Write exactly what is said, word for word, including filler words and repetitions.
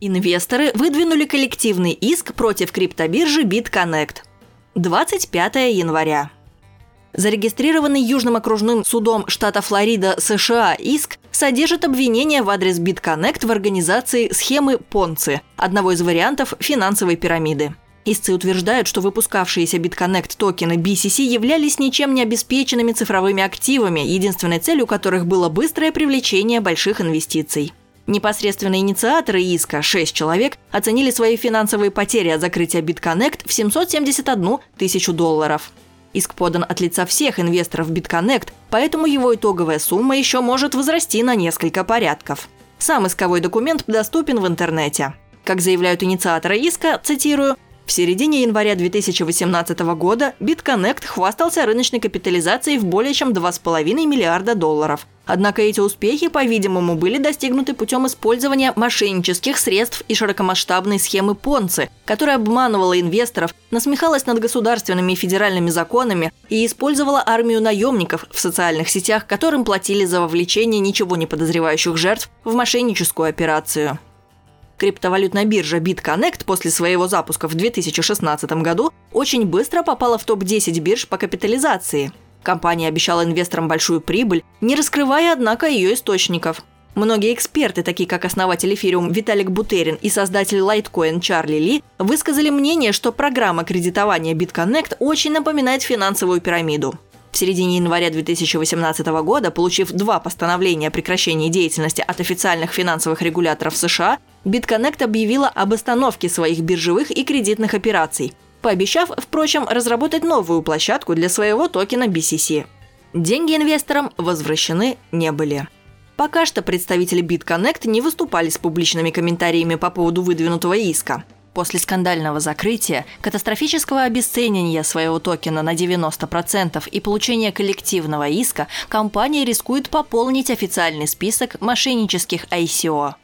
Инвесторы выдвинули коллективный иск против криптобиржи BitConnect. двадцать пятого января. Зарегистрированный Южным окружным судом штата Флорида, США, иск содержит обвинение в адрес BitConnect в организации схемы Понци, одного из вариантов финансовой пирамиды. Истцы утверждают, что выпускавшиеся BitConnect токены би си си являлись ничем не обеспеченными цифровыми активами, единственной целью которых было быстрое привлечение больших инвестиций. Непосредственные инициаторы иска, шесть человек, оценили свои финансовые потери от закрытия BitConnect в семьсот семьдесят одну тысячу долларов. Иск подан от лица всех инвесторов BitConnect, поэтому его итоговая сумма еще может возрасти на несколько порядков. Сам исковой документ доступен в интернете. Как заявляют инициаторы иска, цитирую, «В середине января две тысячи восемнадцатого года BitConnect хвастался рыночной капитализацией в более чем два с половиной миллиарда долларов. Однако эти успехи, по-видимому, были достигнуты путем использования мошеннических средств и широкомасштабной схемы Понци, которая обманывала инвесторов, насмехалась над государственными и федеральными законами и использовала армию наемников в социальных сетях, которым платили за вовлечение ничего не подозревающих жертв в мошенническую операцию». Криптовалютная биржа BitConnect после своего запуска в две тысячи шестнадцатом году очень быстро попала в топ десять бирж по капитализации. Компания обещала инвесторам большую прибыль, не раскрывая, однако, ее источников. Многие эксперты, такие как основатель Ethereum Виталик Бутерин и создатель Litecoin Чарли Ли, высказали мнение, что программа кредитования BitConnect очень напоминает финансовую пирамиду. В середине января две тысячи восемнадцатого года, получив два постановления о прекращении деятельности от официальных финансовых регуляторов США, BitConnect объявила об остановке своих биржевых и кредитных операций, пообещав, впрочем, разработать новую площадку для своего токена би си си. Деньги инвесторам возвращены не были. Пока что представители BitConnect не выступали с публичными комментариями по поводу выдвинутого иска. После скандального закрытия, катастрофического обесценивания своего токена на девяносто процентов и получения коллективного иска, компания рискует пополнить официальный список мошеннических ай си о.